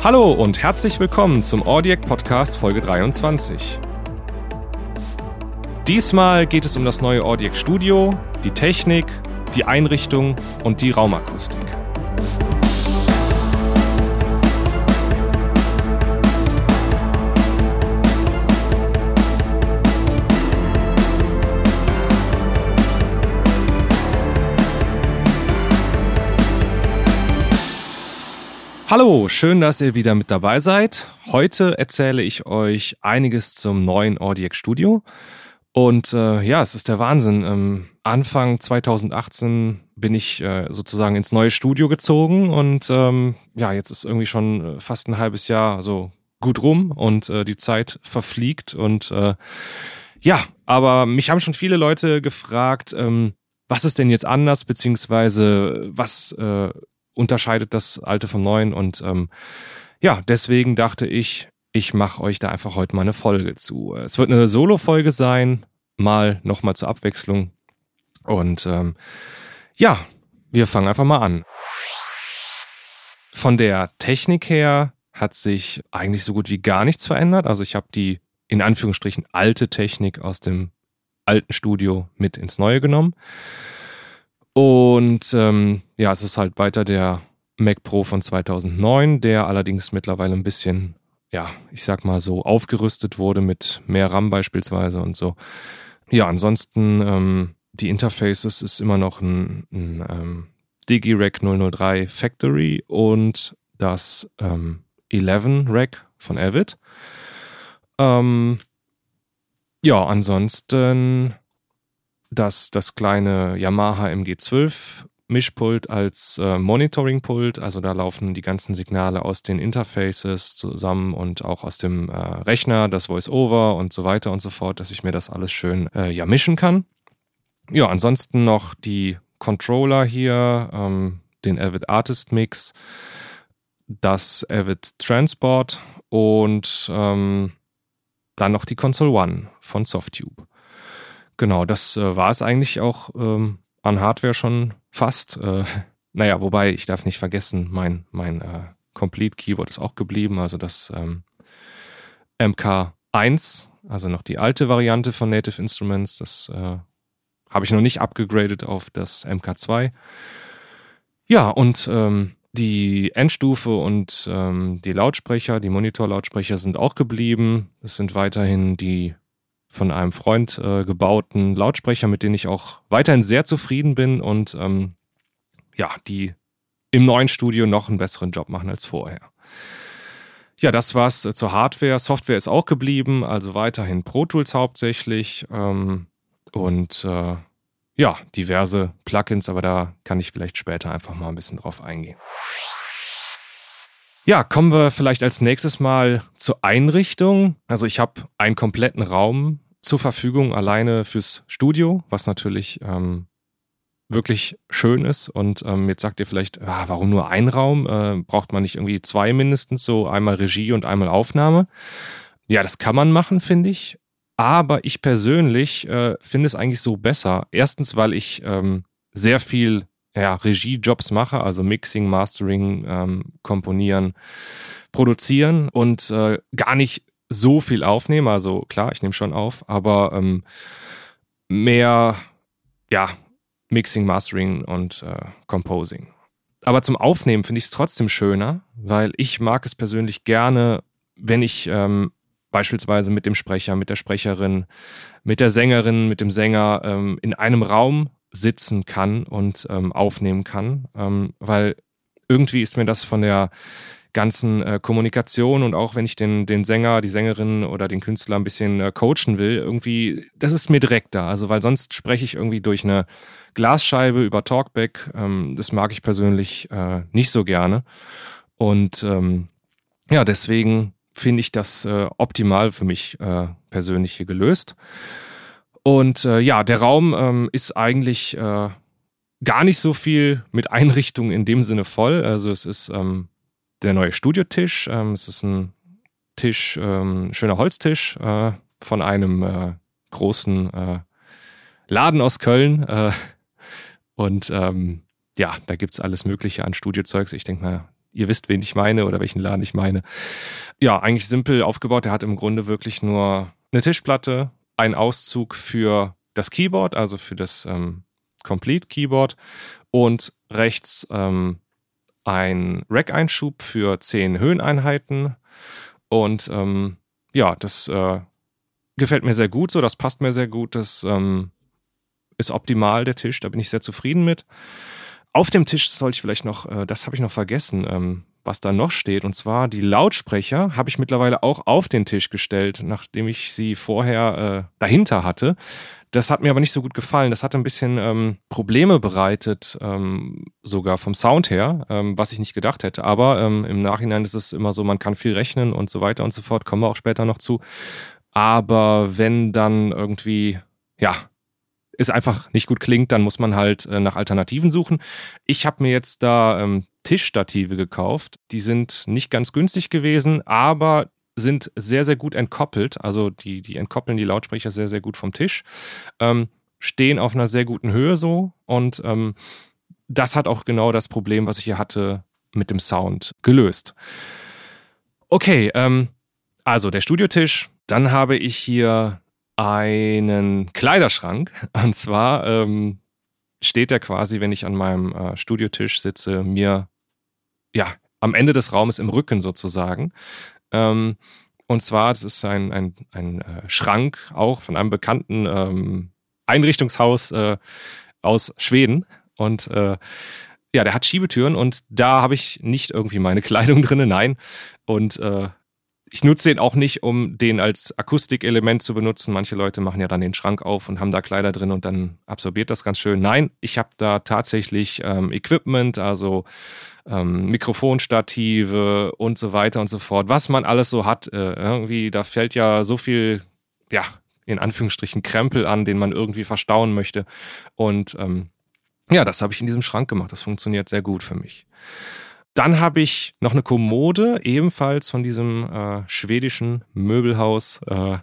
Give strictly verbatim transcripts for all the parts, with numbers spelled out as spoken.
Hallo und herzlich willkommen zum Audiac Podcast Folge dreiundzwanzig. Diesmal geht es um das neue Audiac Studio, die Technik, die Einrichtung und die Raumakustik. Hallo, schön, dass ihr wieder mit dabei seid. Heute erzähle ich euch einiges zum neuen Audiac Studio. Und äh, ja, es ist der Wahnsinn. Ähm, Anfang zweitausendachtzehn bin ich äh, sozusagen ins neue Studio gezogen und ähm, ja, jetzt ist irgendwie schon fast ein halbes Jahr so gut rum und äh, die Zeit verfliegt. Und äh, ja, aber mich haben schon viele Leute gefragt, ähm, was ist denn jetzt anders, beziehungsweise was äh, unterscheidet das Alte vom Neuen. Und ähm, ja, deswegen dachte ich, ich mache euch da einfach heute mal eine Folge zu. Es wird eine Solo-Folge sein, mal nochmal zur Abwechslung. Und ähm, ja, wir fangen einfach mal an. Von der Technik her hat sich eigentlich so gut wie gar nichts verändert. Also ich habe die in Anführungsstrichen alte Technik aus dem alten Studio mit ins Neue genommen. Und ähm, ja, es ist halt weiter der Mac Pro von zweitausendneun, der allerdings mittlerweile ein bisschen, ja, ich sag mal so, aufgerüstet wurde mit mehr RAM beispielsweise und so. Ja, ansonsten ähm, die Interfaces ist immer noch ein, ein ähm, Digi-Rack null null drei Factory und das ähm, elf Rack von Avid. Ähm, ja, ansonsten das, das kleine Yamaha M G zwölf Mischpult als äh, Monitoring-Pult, also da laufen die ganzen Signale aus den Interfaces zusammen und auch aus dem äh, Rechner, das Voice-Over und so weiter und so fort, dass ich mir das alles schön äh, ja mischen kann. Ja, ansonsten noch die Controller hier, ähm, den Avid Artist Mix, das Avid Transport und ähm, dann noch die Console One von Softube. Genau, das äh, war es eigentlich auch ähm, an Hardware schon fast. Äh, naja, wobei, ich darf nicht vergessen, mein, mein äh, Complete Keyboard ist auch geblieben, also das ähm, M K eins, also noch die alte Variante von Native Instruments, das äh, habe ich noch nicht abgegradet auf das M K zwei. Ja, und ähm, die Endstufe und ähm, die Lautsprecher, die Monitor-Lautsprecher sind auch geblieben. Es sind weiterhin die von einem Freund äh, gebauten Lautsprecher, mit denen ich auch weiterhin sehr zufrieden bin und ähm, ja, die im neuen Studio noch einen besseren Job machen als vorher. Ja, das war's äh, zur Hardware. Software ist auch geblieben, also weiterhin Pro Tools hauptsächlich ähm, und äh, ja, diverse Plugins, aber da kann ich vielleicht später einfach mal ein bisschen drauf eingehen. Ja, kommen wir vielleicht als nächstes mal zur Einrichtung. Also ich habe einen kompletten Raum zur Verfügung alleine fürs Studio, was natürlich ähm, wirklich schön ist. Und ähm, jetzt sagt ihr vielleicht, ah, warum nur ein Raum? Äh, braucht man nicht irgendwie zwei mindestens, so einmal Regie und einmal Aufnahme? Ja, das kann man machen, finde ich. Aber ich persönlich äh, finde es eigentlich so besser. Erstens, weil ich ähm, sehr viel ja, Regiejobs mache, also Mixing, Mastering, ähm, Komponieren, Produzieren und äh, gar nicht so viel aufnehme. Also klar, ich nehme schon auf, aber ähm, mehr ja, Mixing, Mastering und äh, Composing. Aber zum Aufnehmen finde ich es trotzdem schöner, weil ich mag es persönlich gerne, wenn ich ähm, beispielsweise mit dem Sprecher, mit der Sprecherin, mit der Sängerin, mit dem Sänger ähm, in einem Raum sitzen kann und ähm, aufnehmen kann, ähm, weil irgendwie ist mir das von der ganzen äh, Kommunikation und auch wenn ich den, den Sänger, die Sängerin oder den Künstler ein bisschen äh, coachen will, irgendwie, das ist mir direkter, also weil sonst spreche ich irgendwie durch eine Glasscheibe über Talkback, ähm, das mag ich persönlich äh, nicht so gerne und ähm, ja, deswegen finde ich das äh, optimal für mich äh, persönlich hier gelöst. Und äh, ja, der Raum ähm, ist eigentlich äh, gar nicht so viel mit Einrichtungen in dem Sinne voll. Also es ist ähm, der neue Studiotisch. Ähm, es ist ein Tisch, ähm, schöner Holztisch äh, von einem äh, großen äh, Laden aus Köln. Äh, und ähm, ja, da gibt's alles Mögliche an Studiozeugs. Ich denke mal, ihr wisst, wen ich meine oder welchen Laden ich meine. Ja, eigentlich simpel aufgebaut. Der hat im Grunde wirklich nur eine Tischplatte, einen Auszug für das Keyboard, also für das ähm, Complete Keyboard und rechts ähm, ein Rack-Einschub für zehn Höheneinheiten. Und ähm, ja, das äh, gefällt mir sehr gut so, das passt mir sehr gut, das ähm, ist optimal, der Tisch, da bin ich sehr zufrieden mit. Auf dem Tisch sollte ich vielleicht noch, äh, das habe ich noch vergessen, ähm, was da noch steht, und zwar die Lautsprecher habe ich mittlerweile auch auf den Tisch gestellt, nachdem ich sie vorher äh, dahinter hatte. Das hat mir aber nicht so gut gefallen. Das hat ein bisschen ähm, Probleme bereitet, ähm, sogar vom Sound her, ähm, was ich nicht gedacht hätte. Aber ähm, im Nachhinein ist es immer so, man kann viel rechnen und so weiter und so fort, kommen wir auch später noch zu. Aber wenn dann irgendwie, ja, es einfach nicht gut klingt, dann muss man halt äh, nach Alternativen suchen. Ich habe mir jetzt da ähm, Tischstative gekauft. Die sind nicht ganz günstig gewesen, aber sind sehr, sehr gut entkoppelt. Also die, die entkoppeln die Lautsprecher sehr, sehr gut vom Tisch. Ähm, stehen auf einer sehr guten Höhe so. Und ähm, das hat auch genau das Problem, was ich hier hatte, mit dem Sound gelöst. Okay, ähm, also der Studiotisch. Dann habe ich hier einen Kleiderschrank. Und zwar ähm, steht der quasi, wenn ich an meinem äh, Studiotisch sitze, mir ja am Ende des Raumes im Rücken sozusagen. Ähm, und zwar, das ist ein, ein, ein äh, Schrank, auch von einem bekannten ähm, Einrichtungshaus äh, aus Schweden. Und äh, ja, der hat Schiebetüren und da habe ich nicht irgendwie meine Kleidung drin, nein. Und äh, ich nutze den auch nicht, um den als Akustikelement zu benutzen. Manche Leute machen ja dann den Schrank auf und haben da Kleider drin und dann absorbiert das ganz schön. Nein, ich habe da tatsächlich ähm, Equipment, also ähm, Mikrofonstative und so weiter und so fort. Was man alles so hat, äh, irgendwie, da fällt ja so viel, ja, in Anführungsstrichen Krempel an, den man irgendwie verstauen möchte. Und ähm, ja, das habe ich in diesem Schrank gemacht. Das funktioniert sehr gut für mich. Dann habe ich noch eine Kommode, ebenfalls von diesem äh, schwedischen Möbelhaus. Äh,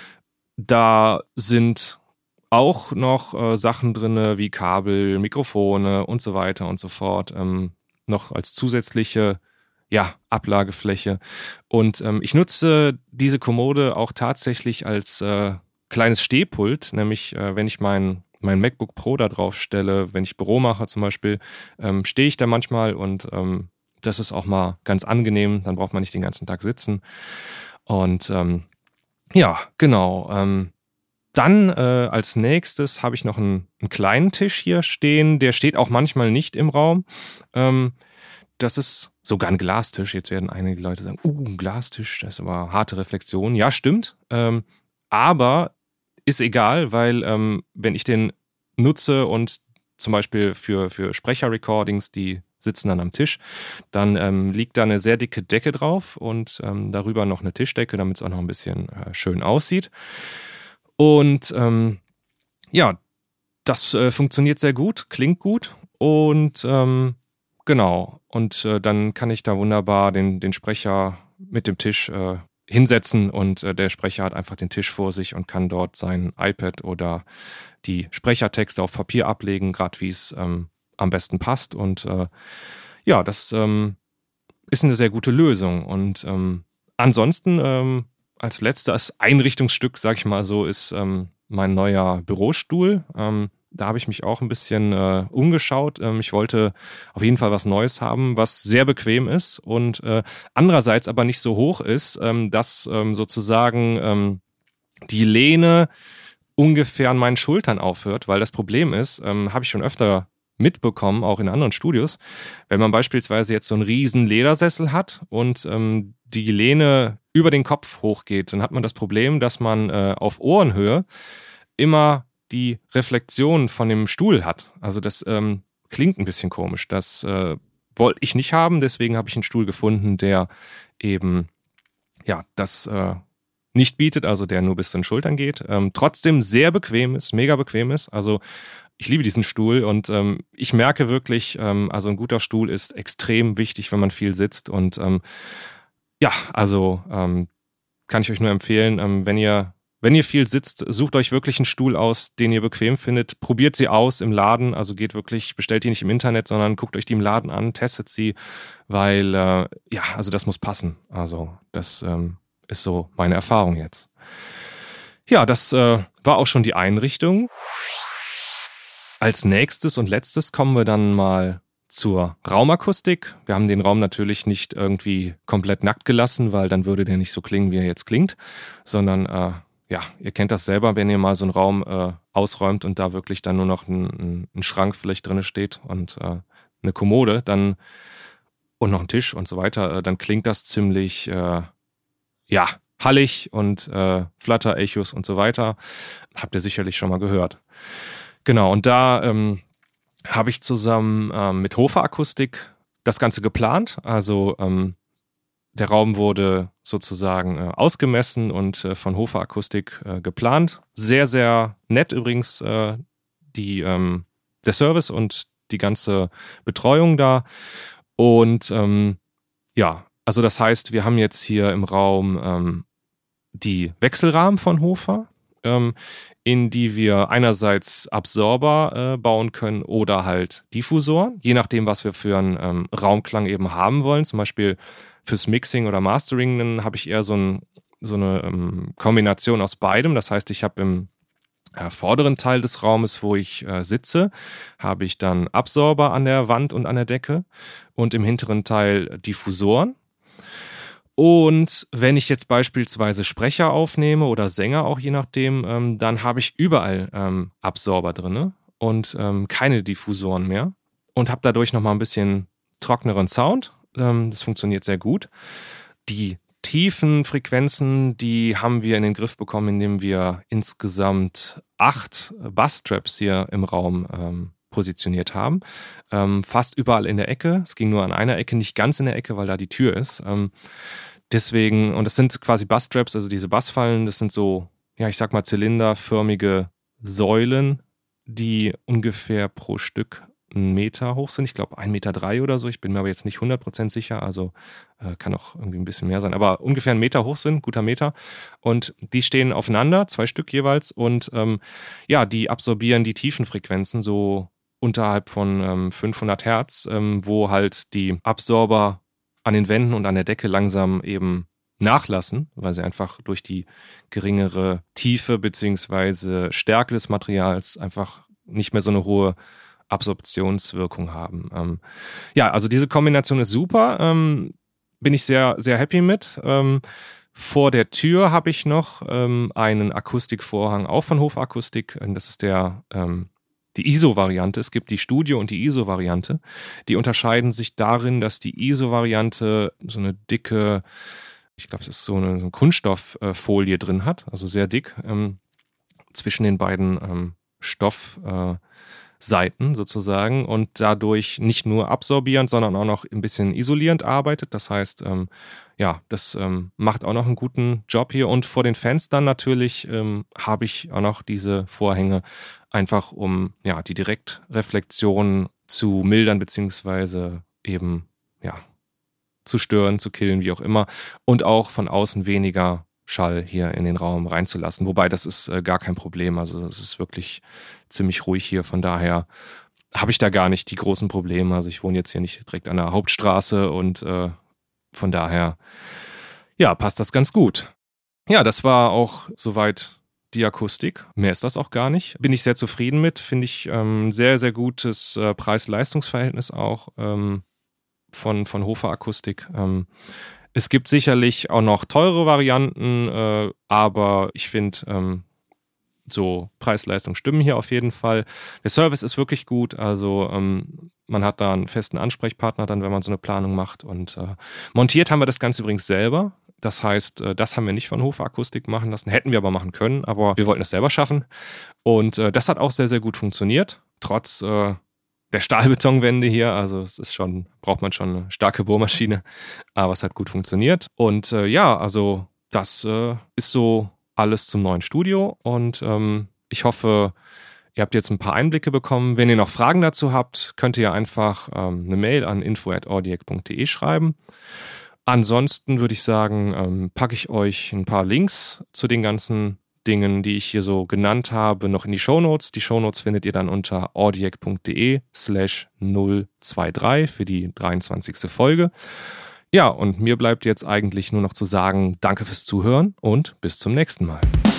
da sind auch noch äh, Sachen drin, wie Kabel, Mikrofone und so weiter und so fort. Ähm, noch als zusätzliche ja, Ablagefläche. Und ähm, ich nutze diese Kommode auch tatsächlich als äh, kleines Stehpult, nämlich äh, wenn ich mein, mein MacBook Pro da drauf stelle, wenn ich Büro mache zum Beispiel, ähm, stehe ich da manchmal und ähm, das ist auch mal ganz angenehm, dann braucht man nicht den ganzen Tag sitzen. Und ähm, ja, genau. Ähm, dann äh, als nächstes habe ich noch einen, einen kleinen Tisch hier stehen, der steht auch manchmal nicht im Raum. Ähm, das ist sogar ein Glastisch. Jetzt werden einige Leute sagen, uh, ein Glastisch, das ist aber harte Reflexion. Ja, stimmt. Ähm, aber ist egal, weil ähm, wenn ich den nutze und zum Beispiel für, für Sprecher-Recordings, die sitzen dann am Tisch, dann ähm, liegt da eine sehr dicke Decke drauf und ähm, darüber noch eine Tischdecke, damit es auch noch ein bisschen äh, schön aussieht. Und ähm, ja, das äh, funktioniert sehr gut, klingt gut und ähm, genau. Und äh, dann kann ich da wunderbar den, den Sprecher mit dem Tisch äh, hinsetzen und äh, der Sprecher hat einfach den Tisch vor sich und kann dort sein iPad oder die Sprechertexte auf Papier ablegen, gerade wie es ähm, am besten passt. Und äh, ja, das ähm, ist eine sehr gute Lösung. Und ähm, ansonsten ähm, als letztes Einrichtungsstück, sag ich mal so, ist ähm, mein neuer Bürostuhl. Ähm, da habe ich mich auch ein bisschen äh, umgeschaut. Ähm, ich wollte auf jeden Fall was Neues haben, was sehr bequem ist und äh, andererseits aber nicht so hoch ist, ähm, dass ähm, sozusagen ähm, die Lehne ungefähr an meinen Schultern aufhört, weil das Problem ist, ähm, habe ich schon öfter mitbekommen, auch in anderen Studios, wenn man beispielsweise jetzt so einen riesen Ledersessel hat und ähm, die Lehne über den Kopf hochgeht, dann hat man das Problem, dass man äh, auf Ohrenhöhe immer die Reflexion von dem Stuhl hat. Also das ähm, klingt ein bisschen komisch. Das äh, wollte ich nicht haben, deswegen habe ich einen Stuhl gefunden, der eben ja das äh, nicht bietet, also der nur bis zu den Schultern geht. Ähm, trotzdem sehr bequem ist, mega bequem ist. Also ich liebe diesen Stuhl und ähm, ich merke wirklich, ähm, also ein guter Stuhl ist extrem wichtig, wenn man viel sitzt. Und ähm, ja, also ähm, kann ich euch nur empfehlen, ähm, wenn ihr wenn ihr viel sitzt, sucht euch wirklich einen Stuhl aus, den ihr bequem findet. Probiert sie aus im Laden, also geht wirklich, bestellt die nicht im Internet, sondern guckt euch die im Laden an, testet sie, weil, äh, ja, also das muss passen. Also das ähm, ist so meine Erfahrung jetzt. Ja, das äh, war auch schon die Einrichtung. Als nächstes und letztes kommen wir dann mal zur Raumakustik. Wir haben den Raum natürlich nicht irgendwie komplett nackt gelassen, weil dann würde der nicht so klingen, wie er jetzt klingt, sondern äh, ja, ihr kennt das selber, wenn ihr mal so einen Raum äh, ausräumt und da wirklich dann nur noch ein, ein, ein Schrank vielleicht drin steht und äh, eine Kommode, dann und noch ein Tisch und so weiter, äh, dann klingt das ziemlich, äh, ja, hallig und äh, Flatter-Echos und so weiter. Habt ihr sicherlich schon mal gehört. Genau, und da ähm, habe ich zusammen ähm, mit Hofer Akustik das Ganze geplant. Also ähm, der Raum wurde sozusagen äh, ausgemessen und äh, von Hofer Akustik äh, geplant. Sehr, sehr nett übrigens äh, die, ähm, der Service und die ganze Betreuung da. Und ähm, ja, also das heißt, wir haben jetzt hier im Raum ähm, die Wechselrahmen von Hofer, ähm, in die wir einerseits Absorber äh, bauen können oder halt Diffusoren, je nachdem, was wir für einen ähm, Raumklang eben haben wollen. Zum Beispiel fürs Mixing oder Mastering, dann habe ich eher so, ein, so eine ähm, Kombination aus beidem. Das heißt, ich habe im äh, vorderen Teil des Raumes, wo ich äh, sitze, habe ich dann Absorber an der Wand und an der Decke und im hinteren Teil Diffusoren. Und wenn ich jetzt beispielsweise Sprecher aufnehme oder Sänger auch je nachdem, ähm, dann habe ich überall ähm, Absorber drin und ähm, keine Diffusoren mehr und habe dadurch nochmal ein bisschen trockeneren Sound. Ähm, das funktioniert sehr gut. Die tiefen Frequenzen, die haben wir in den Griff bekommen, indem wir insgesamt acht Basstraps hier im Raum ähm, positioniert haben. Ähm, fast überall in der Ecke. Es ging nur an einer Ecke, nicht ganz in der Ecke, weil da die Tür ist. Ähm, deswegen, und das sind quasi Basstraps, also diese Bassfallen, das sind so, ja, ich sag mal zylinderförmige Säulen, die ungefähr pro Stück einen Meter hoch sind. Ich glaube, ein Meter drei oder so. Ich bin mir aber jetzt nicht hundert Prozent sicher. Also äh, kann auch irgendwie ein bisschen mehr sein. Aber ungefähr einen Meter hoch sind, guter Meter. Und die stehen aufeinander, zwei Stück jeweils. Und ähm, ja, die absorbieren die tiefen Frequenzen so unterhalb von ähm, fünfhundert Hertz, ähm, wo halt die Absorber an den Wänden und an der Decke langsam eben nachlassen, weil sie einfach durch die geringere Tiefe beziehungsweise Stärke des Materials einfach nicht mehr so eine hohe Absorptionswirkung haben. Ähm, ja, also diese Kombination ist super. Ähm, bin ich sehr, sehr happy mit. Ähm, vor der Tür habe ich noch ähm, einen Akustikvorhang, auch von Hofer Akustik. Das ist der ähm, die I S O-Variante. Es gibt die Studio- und die I S O-Variante. Die unterscheiden sich darin, dass die I S O-Variante so eine dicke, ich glaube, es ist so eine, so eine Kunststofffolie drin hat, also sehr dick, ähm, zwischen den beiden ähm, Stoff äh, Seiten sozusagen und dadurch nicht nur absorbierend, sondern auch noch ein bisschen isolierend arbeitet. Das heißt, ähm, ja, das ähm, macht auch noch einen guten Job hier. Und vor den Fenstern natürlich ähm, habe ich auch noch diese Vorhänge, einfach um ja die Direktreflexion zu mildern beziehungsweise eben ja zu stören, zu killen, wie auch immer. Und auch von außen weniger Schall hier in den Raum reinzulassen. Wobei, das ist äh, gar kein Problem. Also es ist wirklich ziemlich ruhig hier. Von daher habe ich da gar nicht die großen Probleme. Also ich wohne jetzt hier nicht direkt an der Hauptstraße und äh, von daher, ja, passt das ganz gut. Ja, das war auch soweit die Akustik. Mehr ist das auch gar nicht. Bin ich sehr zufrieden mit. Finde ich ähm, sehr, sehr gutes äh, Preis-Leistungs-Verhältnis auch ähm, von, von Hofer Akustik. Ähm, Es gibt sicherlich auch noch teure Varianten, äh, aber ich finde, ähm, so Preis-Leistung stimmen hier auf jeden Fall. Der Service ist wirklich gut, also ähm, man hat da einen festen Ansprechpartner dann, wenn man so eine Planung macht. Und äh, montiert haben wir das Ganze übrigens selber. Das heißt, äh, das haben wir nicht von Hofer Akustik machen lassen, hätten wir aber machen können, aber wir wollten es selber schaffen. Und äh, das hat auch sehr, sehr gut funktioniert, trotz äh, der Stahlbetonwände hier, also es ist schon, braucht man schon eine starke Bohrmaschine, aber es hat gut funktioniert. Und äh, ja, also das äh, ist so alles zum neuen Studio und ähm, ich hoffe, ihr habt jetzt ein paar Einblicke bekommen. Wenn ihr noch Fragen dazu habt, könnt ihr einfach ähm, eine Mail an info at audiac punkt de schreiben. Ansonsten würde ich sagen, ähm, packe ich euch ein paar Links zu den ganzen Dingen, die ich hier so genannt habe, noch in die Shownotes. Die Shownotes findet ihr dann unter audiac.de slash null zwei drei für die dreiundzwanzigste Folge. Ja, und mir bleibt jetzt eigentlich nur noch zu sagen, danke fürs Zuhören und bis zum nächsten Mal.